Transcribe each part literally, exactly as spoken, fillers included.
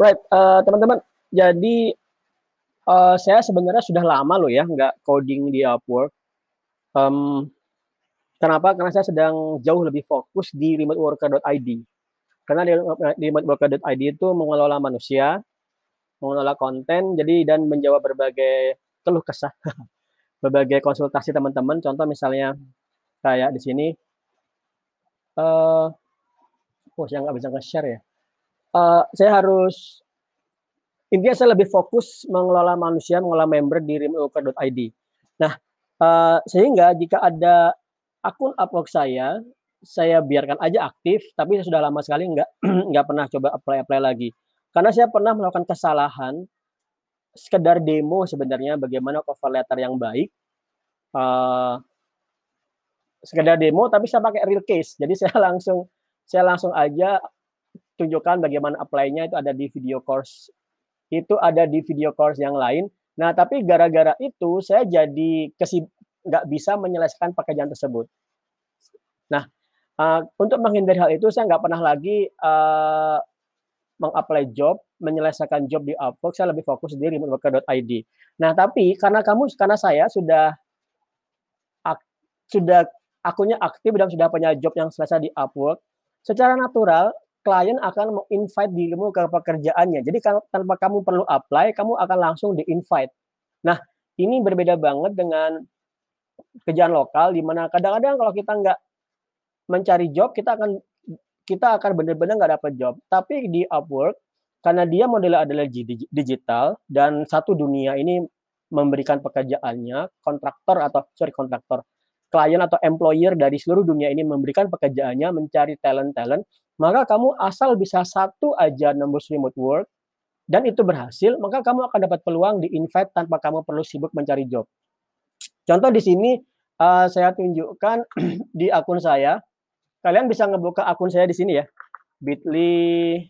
Right, eee, teman-teman, jadi, eee, saya sebenarnya sudah lama loh ya nggak coding di Upwork, mmm, kenapa? Karena saya sedang jauh lebih fokus di remoteworker.id. Karena di eee, di remoteworker.id itu mengelola manusia, mengelola konten, jadi dan menjawab berbagai keluh kesah, berbagai konsultasi teman-teman. Contoh misalnya kayak di sini, eee, oh saya nggak bisa nge-share ya, eee, saya harus intinya saya lebih fokus mengelola manusia, mengelola member di remoteworker.id. Nah, eee, sehingga jika ada akun Upwork saya, saya biarkan aja aktif, tapi saya sudah lama sekali nggak nggak pernah coba apply-apply lagi. Karena saya pernah melakukan kesalahan, sekedar demo sebenarnya bagaimana cover letter yang baik, eee, sekedar demo tapi saya pakai real case. Jadi saya langsung saya langsung aja tunjukkan bagaimana apply-nya itu ada di video course itu ada di video course yang lain. Nah, tapi gara-gara itu saya jadi kesib nggak bisa menyelesaikan pekerjaan tersebut. Nah, eee, untuk menghindari hal itu saya nggak pernah lagi, eee, meng-apply job, menyelesaikan job di Upwork, saya lebih fokus di remoteworker.id. Nah, tapi karena kamu karena saya sudah ak sudah akunnya aktif dan sudah punya job yang selesai di Upwork, secara natural klien akan me-invite dirimu ke pekerjaannya. Jadi kalau tanpa kamu perlu apply, kamu akan langsung di-invite. Nah, ini berbeda banget dengan kerjaan lokal di mana kadang-kadang kalau kita nggak mencari job, kita akan kita akan benar-benar nggak dapat job. Tapi di Upwork, karena dia modelnya adalah ji digi digital dan satu dunia ini memberikan pekerjaannya, kontraktor atau sorry kontraktor, klien atau employer dari seluruh dunia ini memberikan pekerjaannya mencari talent-talent, maka kamu asal bisa satu aja nembus remote work dan itu berhasil, maka kamu akan dapat peluang di-invite tanpa kamu perlu sibuk mencari job. Contoh di sini, eee, saya tunjukkan di akun saya, kalian bisa ngebuka akun saya di sini ya, bit.ly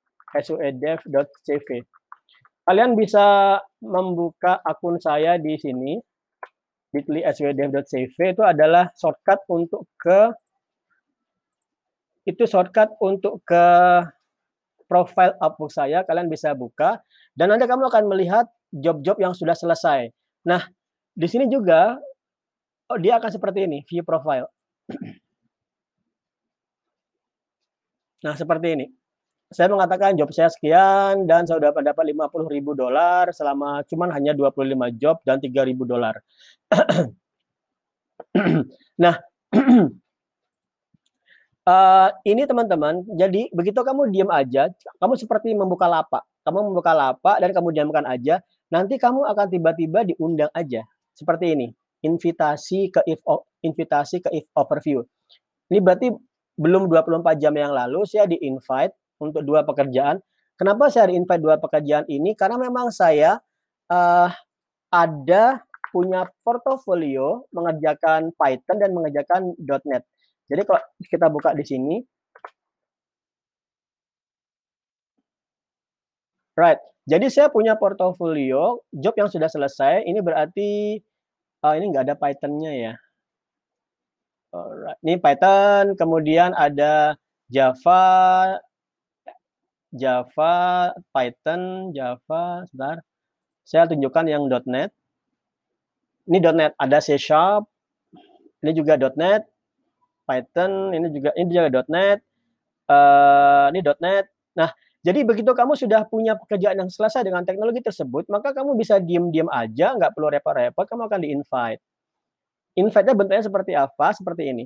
suedev.cv. Kalian bisa membuka akun saya di sini, bit.ly suedev.cv itu adalah shortcut untuk ke itu shortcut untuk ke profile Upwork saya, kalian bisa buka dan nanti kamu akan melihat job-job yang sudah selesai. Nah, di sini juga, oh dia akan seperti ini, view profile. Nah, seperti ini. Saya mengatakan job saya sekian dan saya dapat dapat lima puluh ribu dolar selama cuman hanya dua puluh lima job dan tiga ribu dolar. Nah, eee, ini teman-teman, jadi begitu kamu diam aja, kamu seperti membuka lapak. Kamu membuka lapak dan kamu diamkan aja, nanti kamu akan tiba-tiba diundang aja, seperti ini, invitasi ke if o invitasi ke if overview. Ini berarti belum dua puluh empat jam yang lalu saya di-invite untuk dua pekerjaan. Kenapa saya di-invite dua pekerjaan ini? Karena memang saya, eee, ada punya portofolio mengerjakan Python dan mengerjakan .NET. Jadi kalau kita buka di sini, right, jadi saya punya portofolio job yang sudah selesai, ini berarti, eee, ini nggak ada Python-nya ya. Alright, ini Python, kemudian ada Java Java, Python, Java, sebentar, saya tunjukkan yang .NET. Ini .NET, ada C Sharp, ini juga .NET, Python, ini juga ini juga .NET, eee, ini .NET. Nah, jadi begitu kamu sudah punya pekerjaan yang selesai dengan teknologi tersebut, maka kamu bisa diam-diam aja, nggak perlu repot-repot, kamu akan di-invite. Invite-nya bentuknya seperti apa? Seperti ini.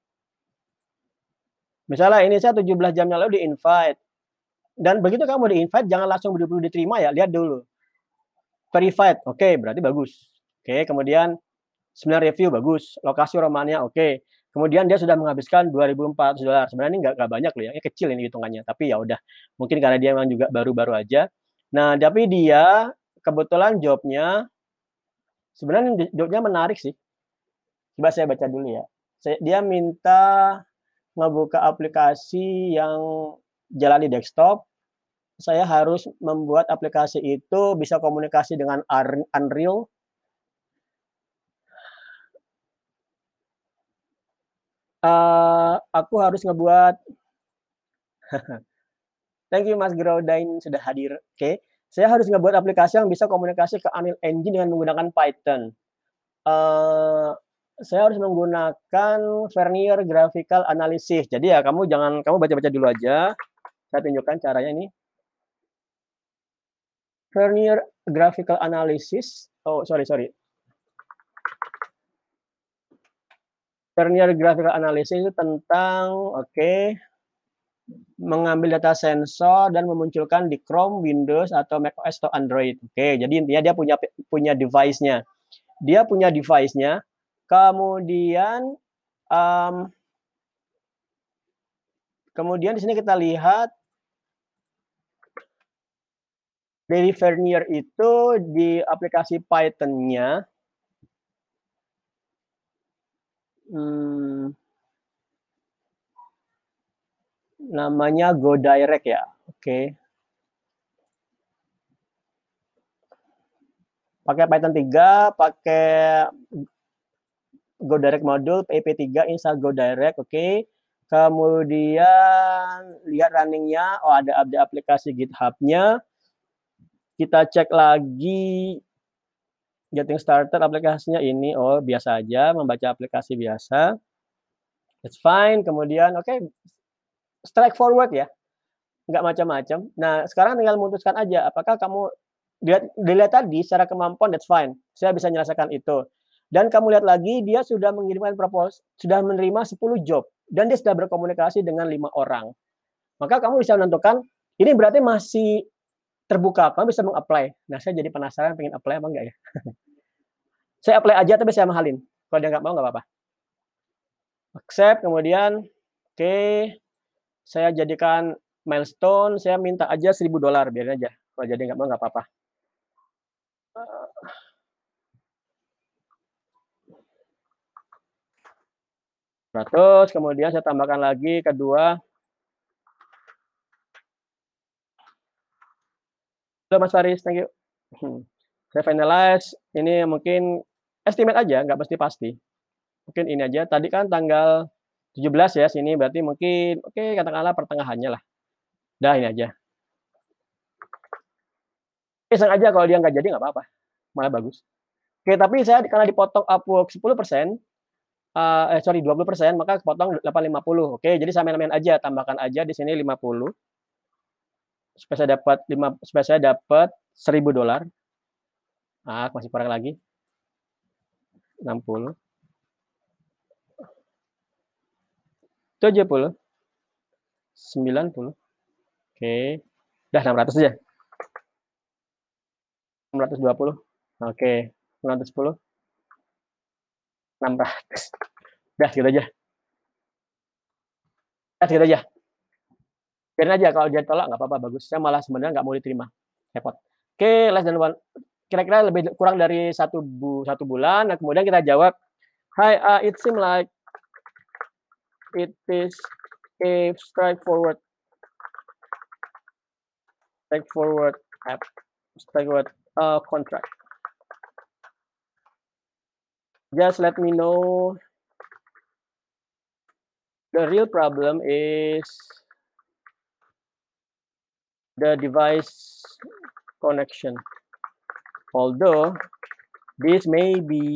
Misalnya ini saya tujuh belas jam yang lalu di-invite, dan begitu kamu di-invite jangan langsung buru-buru diterima ya, lihat dulu. Verified, oke, berarti bagus. Oke, kemudian sembilan review, bagus. Lokasi Romania, oke. Kemudian dia sudah menghabiskan dua ribu empat ratus dolar. Sebenarnya ini nggak nggak banyak loh ya, ini kecil ini hitungannya, tapi ya udah, mungkin karena dia memang juga baru-baru aja. Nah, tapi dia kebetulan job-nya sebenarnya job-nya menarik sih. Coba saya baca dulu ya. Saya dia minta ngebuka aplikasi yang jalan di desktop, saya harus membuat aplikasi itu bisa komunikasi dengan ar Unreal. Eee, aku harus ngebuat Thank you Mas Grodain sudah hadir. Oke, saya harus ngebuat aplikasi yang bisa komunikasi ke Unreal Engine dengan menggunakan Python. Eee, saya harus menggunakan Vernier Graphical Analysis. Jadi ya kamu jangan kamu baca-baca dulu aja. Saya tunjukkan caranya ini. Vernier Graphical Analysis. Oh, sorry sorry. Vernier Graphical Analysis itu tentang oke, okay, mengambil data sensor dan memunculkan di Chrome, Windows atau macOS atau Android. Oke, okay, jadi intinya dia punya punya device-nya. Dia punya device-nya. Kemudian um, kemudian di sini kita lihat dari Vernier itu di aplikasi Python-nya. Hmm, namanya GoDirect ya. Oke. Okay. Pakai Python tiga, pakai GoDirect module, P I P tiga, install GoDirect, oke. Okay. Kemudian lihat running-nya, oh ada ada aplikasi GitHub-nya. Kita cek lagi getting started aplikasinya ini, oh biasa aja, membaca aplikasi biasa. It's fine, kemudian oke, okay, straightforward ya, nggak macam-macam. Nah, sekarang tinggal memutuskan aja, apakah kamu dilihat, dilihat tadi secara kemampuan, that's fine, saya bisa menyelesaikan itu. Dan kamu lihat lagi, dia sudah mengirimkan proposal, sudah menerima sepuluh job, dan dia sudah berkomunikasi dengan lima orang. Maka kamu bisa menentukan, ini berarti masih terbuka, kamu bisa meng-apply. Nah, saya jadi penasaran, pengen apply apa enggak ya? Saya apply aja, tapi saya mahalin. Kalau dia nggak mau, nggak apa-apa. Accept, kemudian, oke, okay, saya jadikan milestone, saya minta aja seribu dolar, biarin aja. Kalau jadi nggak mau, nggak apa-apa. seratus, kemudian saya tambahkan lagi kedua. Halo Mas Faris, thank you. Saya finalize, ini mungkin estimate aja, nggak pasti pasti. Mungkin ini aja, tadi kan tanggal tujuh belas ya, sini berarti mungkin, oke okay, katakanlah pertengahannya lah. Dah ini aja. Iseng aja kalau dia nggak jadi nggak apa-apa, malah bagus. Oke, okay, tapi saya karena dipotong Upwork sepuluh persen, uh, eh sorry dua puluh persen, maka potong delapan ratus lima puluh. Oke, okay, jadi saya main-main aja, tambahkan aja di sini lima puluh. Supaya saya dapat lima, supaya saya dapat seribu dolar. Ah, masih kurang lagi. enam puluh. tujuh puluh. sembilan puluh. Oke. Dah enam ratus aja. enam ratus dua puluh. Oke. enam ratus sepuluh. enam ratus. Dah segitu aja. Dah segitu aja. Biarin aja, kalau dia tolak nggak apa-apa, bagus. Saya malah sebenarnya nggak mau diterima. Repot. Oke, less than one. Kira-kira lebih kurang dari satu, bu, satu bulan. Nah, kemudian kita jawab, hi, uh, it seems like it is a straightforward straightforward app, straightforward uh, contract. Just let me know. The real problem is the device connection. Although this may be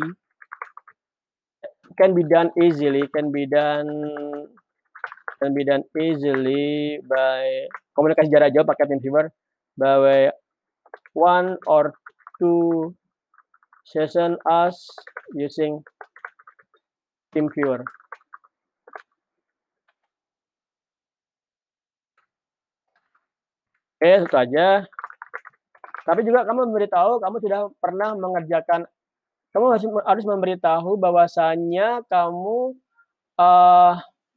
can be done easily, can be done can be done easily by komunikasi jarak jauh pakai TeamViewer by one or two session us using TeamViewer. Oke, itu aja. Tapi juga kamu memberitahu kamu sudah pernah mengerjakan, kamu harus, harus memberitahu bahwasannya kamu uh,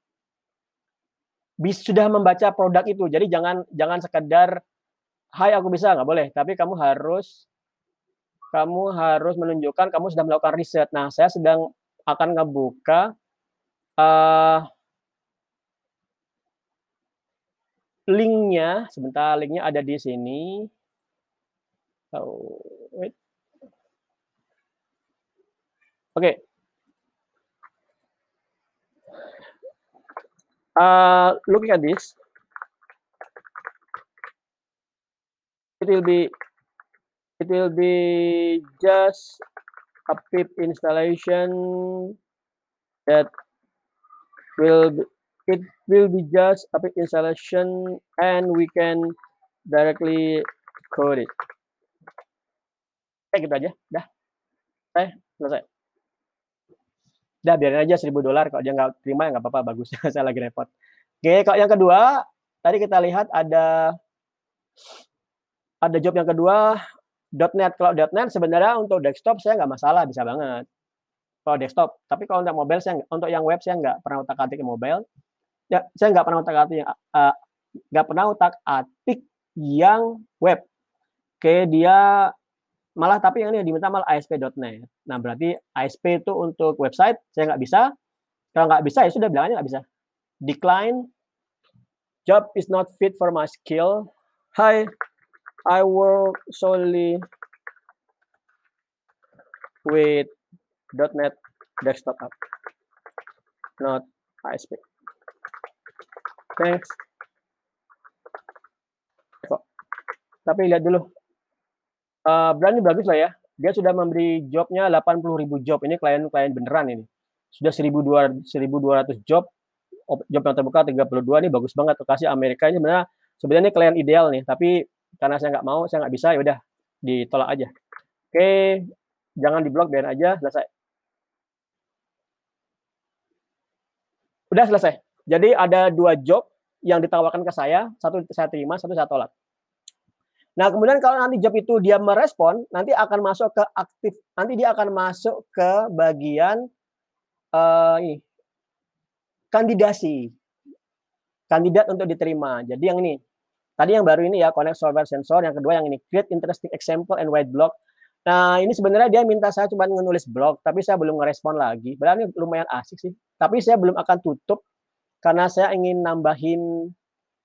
bis, sudah membaca produk itu. Jadi jangan jangan sekedar hai aku bisa, nggak boleh. Tapi kamu harus kamu harus menunjukkan kamu sudah melakukan riset. Nah, saya sedang akan ngebuka uh, linknya. Sebentar, linknya ada di sini. Oh, wait. Oke. Okay. Uh, looking at this. it will be it will be just a pip installation that will be, it will be just a pip installation and we can directly code it. Kayak gitu aja, dah. Eh, selesai. Udah biarin aja seribu dolar, kalau dia nggak terima ya nggak apa-apa, bagus. Saya lagi repot. Oke, kalau yang kedua, tadi kita lihat ada ada job yang kedua, .NET. Kalau .NET sebenarnya untuk desktop saya nggak masalah, bisa banget. Kalau desktop, tapi kalau untuk mobile saya nggak, untuk yang web saya nggak pernah utak-atik mobile. Ya, saya nggak pernah utak-atik uh, nggak pernah utak-atik yang web. Oke, dia malah tapi yang ini diminta malah A S P dot net. Nah, berarti A S P itu untuk website saya nggak bisa. Kalau nggak bisa ya sudah bilangnya nggak bisa. Decline. Job is not fit for my skill. Hi, I work solely with .NET desktop app, not A S P. Thanks. Tapi lihat dulu. Uh, berani bagus lah ya. Dia sudah memberi jobnya delapan puluh ribu job. Ini klien-klien beneran ini. Sudah seribu dua ratus job. Job yang terbuka tiga puluh dua, ini bagus banget. Lokasi Amerika ini sebenarnya sebenarnya ini klien ideal nih. Tapi karena saya nggak mau, saya nggak bisa, ya udah ditolak aja. Oke, jangan diblok, biarin aja, selesai. Udah selesai. Jadi ada dua job yang ditawarkan ke saya. Satu saya terima, satu saya tolak. Nah, kemudian kalau nanti job itu dia merespon, nanti akan masuk ke aktif, nanti dia akan masuk ke bagian uh, ini, kandidasi, kandidat untuk diterima. Jadi yang ini, tadi yang baru ini ya, connect software sensor, yang kedua yang ini, create interesting example and write blog. Nah, ini sebenarnya dia minta saya cuma menulis blog, tapi saya belum ngerespon lagi. Berarti lumayan asik sih, tapi saya belum akan tutup, karena saya ingin nambahin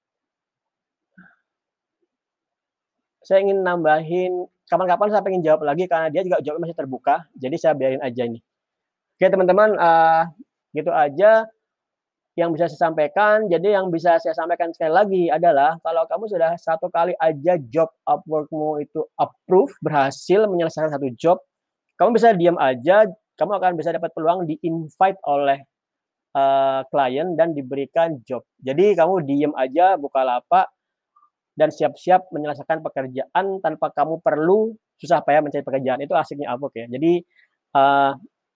saya ingin nambahin, kapan-kapan saya pengen jawab lagi karena dia juga jawabnya masih terbuka, jadi saya biarin aja ini. Oke teman-teman, uh, gitu aja yang bisa saya sampaikan. Jadi yang bisa saya sampaikan sekali lagi adalah kalau kamu sudah satu kali aja job Upwork-mu itu approve, berhasil menyelesaikan satu job, kamu bisa diam aja, kamu akan bisa dapat peluang di-invite oleh uh, klien dan diberikan job. Jadi kamu diam aja, buka lapak, dan siap-siap menyelesaikan pekerjaan tanpa kamu perlu susah payah mencari pekerjaan. Itu asiknya Upwork ya. Jadi uh,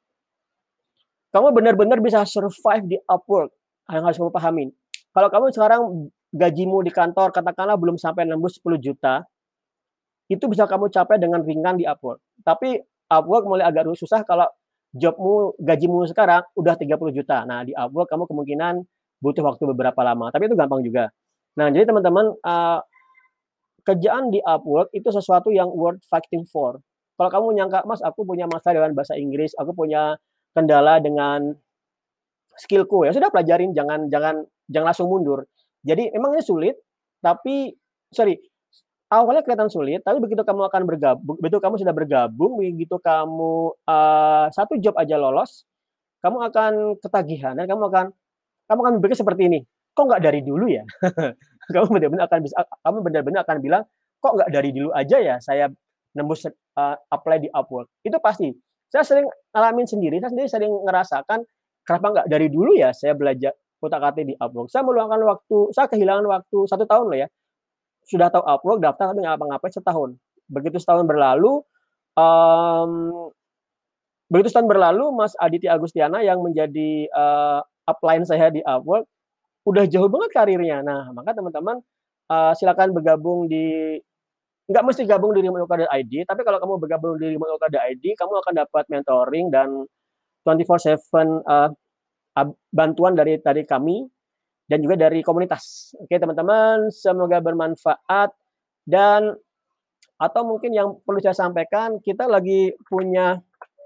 kamu benar-benar bisa survive di Upwork. Yang harus kamu pahamin. Kalau kamu sekarang gajimu di kantor katakanlah belum sampai nembus sepuluh juta, itu bisa kamu capai dengan ringan di Upwork. Tapi Upwork mulai agak susah kalau jobmu, gajimu sekarang udah tiga puluh juta. Nah, di Upwork kamu kemungkinan butuh waktu beberapa lama. Tapi itu gampang juga. Nah, jadi teman-teman, uh, kerjaan di Upwork itu sesuatu yang worth fighting for. Kalau kamu nyangka, Mas, aku punya masalah dengan bahasa Inggris, aku punya kendala dengan skillku, ya sudah pelajarin, jangan jangan jangan langsung mundur. Jadi memang ini sulit, tapi sorry, awalnya kelihatan sulit, tapi begitu kamu akan bergabung, begitu kamu sudah bergabung, begitu kamu uh, satu job aja lolos, kamu akan ketagihan dan kamu akan kamu akan berpikir seperti ini. Kok nggak dari dulu ya? Kamu benar-benar akan bisa, kamu benar-benar akan bilang, kok nggak dari dulu aja ya saya nembus uh, apply di Upwork. Itu pasti. Saya sering ngalamin sendiri, saya sendiri sering ngerasakan, kenapa nggak dari dulu ya saya belajar utak-atik di Upwork. Saya meluangkan waktu, saya kehilangan waktu satu tahun loh ya. Sudah tahu Upwork, daftar tapi nggak apa-ngapain setahun. Begitu setahun berlalu, um, begitu setahun berlalu, Mas Aditya Agustiana yang menjadi uh, upline saya di Upwork, udah jauh banget karirnya. Nah, maka teman-teman uh, silakan bergabung di, nggak mesti gabung di remote local dot I D, tapi kalau kamu bergabung di remote local dot I D, kamu akan dapat mentoring dan dua puluh empat tujuh uh, bantuan dari dari kami dan juga dari komunitas. Oke, teman-teman, semoga bermanfaat. Dan atau mungkin yang perlu saya sampaikan, kita lagi punya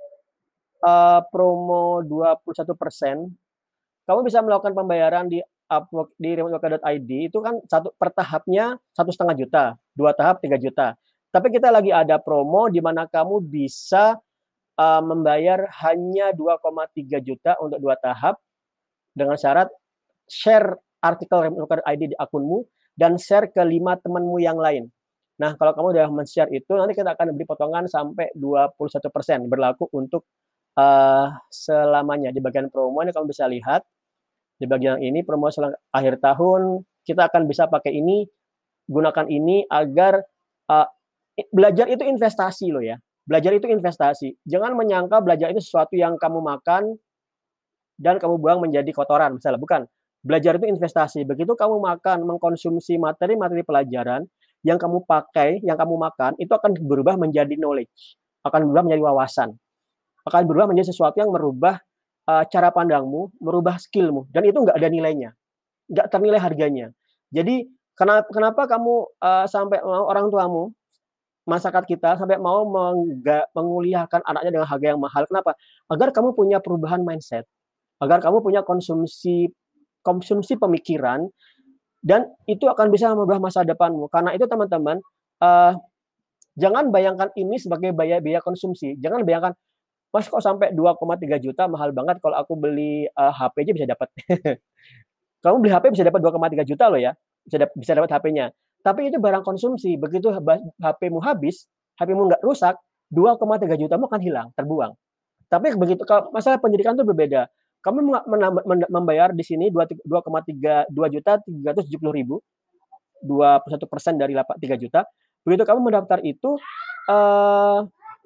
uh, promo dua puluh satu persen. Kamu bisa melakukan pembayaran di Upwork di remote local dot I D itu kan satu per tahapnya satu setengah juta, dua tahap tiga juta. Tapi kita lagi ada promo di mana kamu bisa uh, membayar hanya dua koma tiga juta untuk dua tahap dengan syarat share artikel remote local dot I D di akunmu dan share ke lima temanmu yang lain. Nah, kalau kamu udah men-share itu, nanti kita akan beri potongan sampai dua puluh satu persen berlaku untuk, eee, selamanya. Di bagian promo ini kamu bisa lihat, di bagian ini promo sela akhir tahun, kita akan bisa pakai ini, gunakan ini agar, eee, i belajar itu investasi loh ya, belajar itu investasi. Jangan menyangka belajar itu sesuatu yang kamu makan dan kamu buang menjadi kotoran, misalnya, bukan. Belajar itu investasi, begitu kamu makan, mengkonsumsi materi-materi pelajaran, yang kamu pakai, yang kamu makan, itu akan berubah menjadi knowledge, akan berubah menjadi wawasan, akan berubah menjadi sesuatu yang merubah, eee, cara pandangmu, merubah skill-mu, dan itu nggak ada nilainya, nggak ternilai harganya. Jadi, kena kenapa kamu, eee, sampai mau orang tuamu, masyarakat kita, sampai mau mengga menguliahkan anaknya dengan harga yang mahal, kenapa? Agar kamu punya perubahan mindset, agar kamu punya konsumsi konsumsi pemikiran, dan itu akan bisa merubah masa depanmu. Karena itu teman-teman, eee, jangan bayangkan ini sebagai baya biaya konsumsi, jangan bayangkan, "Mas, kok sampai dua koma tiga juta mahal banget, kalau aku beli, eee, H P aja bisa dapat." Kamu beli H P bisa dapat dua koma tiga juta loh ya, bisa dap bisa dapat H P-nya. Tapi itu barang konsumsi, begitu ba H P-mu habis, H P-mu nggak rusak, dua koma tiga juta-mu akan hilang, terbuang. Tapi begitu ka masalah pendidikan itu berbeda. Kamu menga menamba menda membayar di sini dua tig dua koma tiga dua juta tiga ratus tujuh puluh ribu, dua puluh satu persen dari lapa tiga juta, begitu kamu mendaftar itu, eee,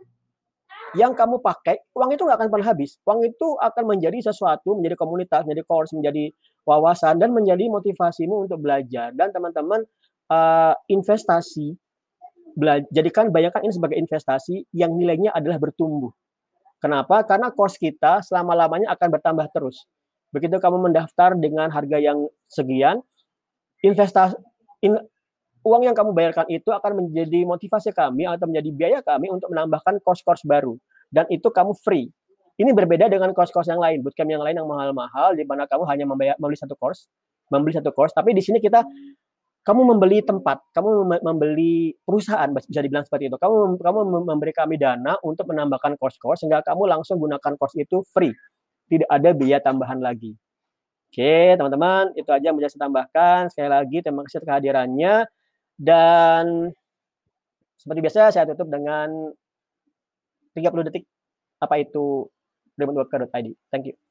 yang kamu pakai, uang itu nggak akan pernah habis. Uang itu akan menjadi sesuatu, menjadi komunitas, menjadi course, menjadi wawasan, dan menjadi motivasimu untuk belajar. Dan teman-teman, eee, investasi, bela jadikan bayangkan ini sebagai investasi yang nilainya adalah bertumbuh. Kenapa? Karena course kita selama-lamanya akan bertambah terus. Begitu kamu mendaftar dengan harga yang sekian, investas in uang yang kamu bayarkan itu akan menjadi motivasi kami atau menjadi biaya kami untuk menambahkan course-course baru, dan itu kamu free. Ini berbeda dengan course-course yang lain, bootcamp yang lain yang mahal-mahal, di mana kamu hanya membaya membeli satu course membeli satu course, tapi di sini kita kamu membeli tempat, kamu me membeli perusahaan, bas bisa dibilang seperti itu. Kamu kamu mem memberi kami dana untuk menambahkan course-course, sehingga kamu langsung gunakan course itu free, tidak ada biaya tambahan lagi. Oke, teman-teman, itu aja yang bisa saya tambahkan. Sekali lagi terima kasih atas kehadirannya, dan seperti biasa saya tutup dengan tiga puluh detik, apa itu remote worker dot i d. Thank you.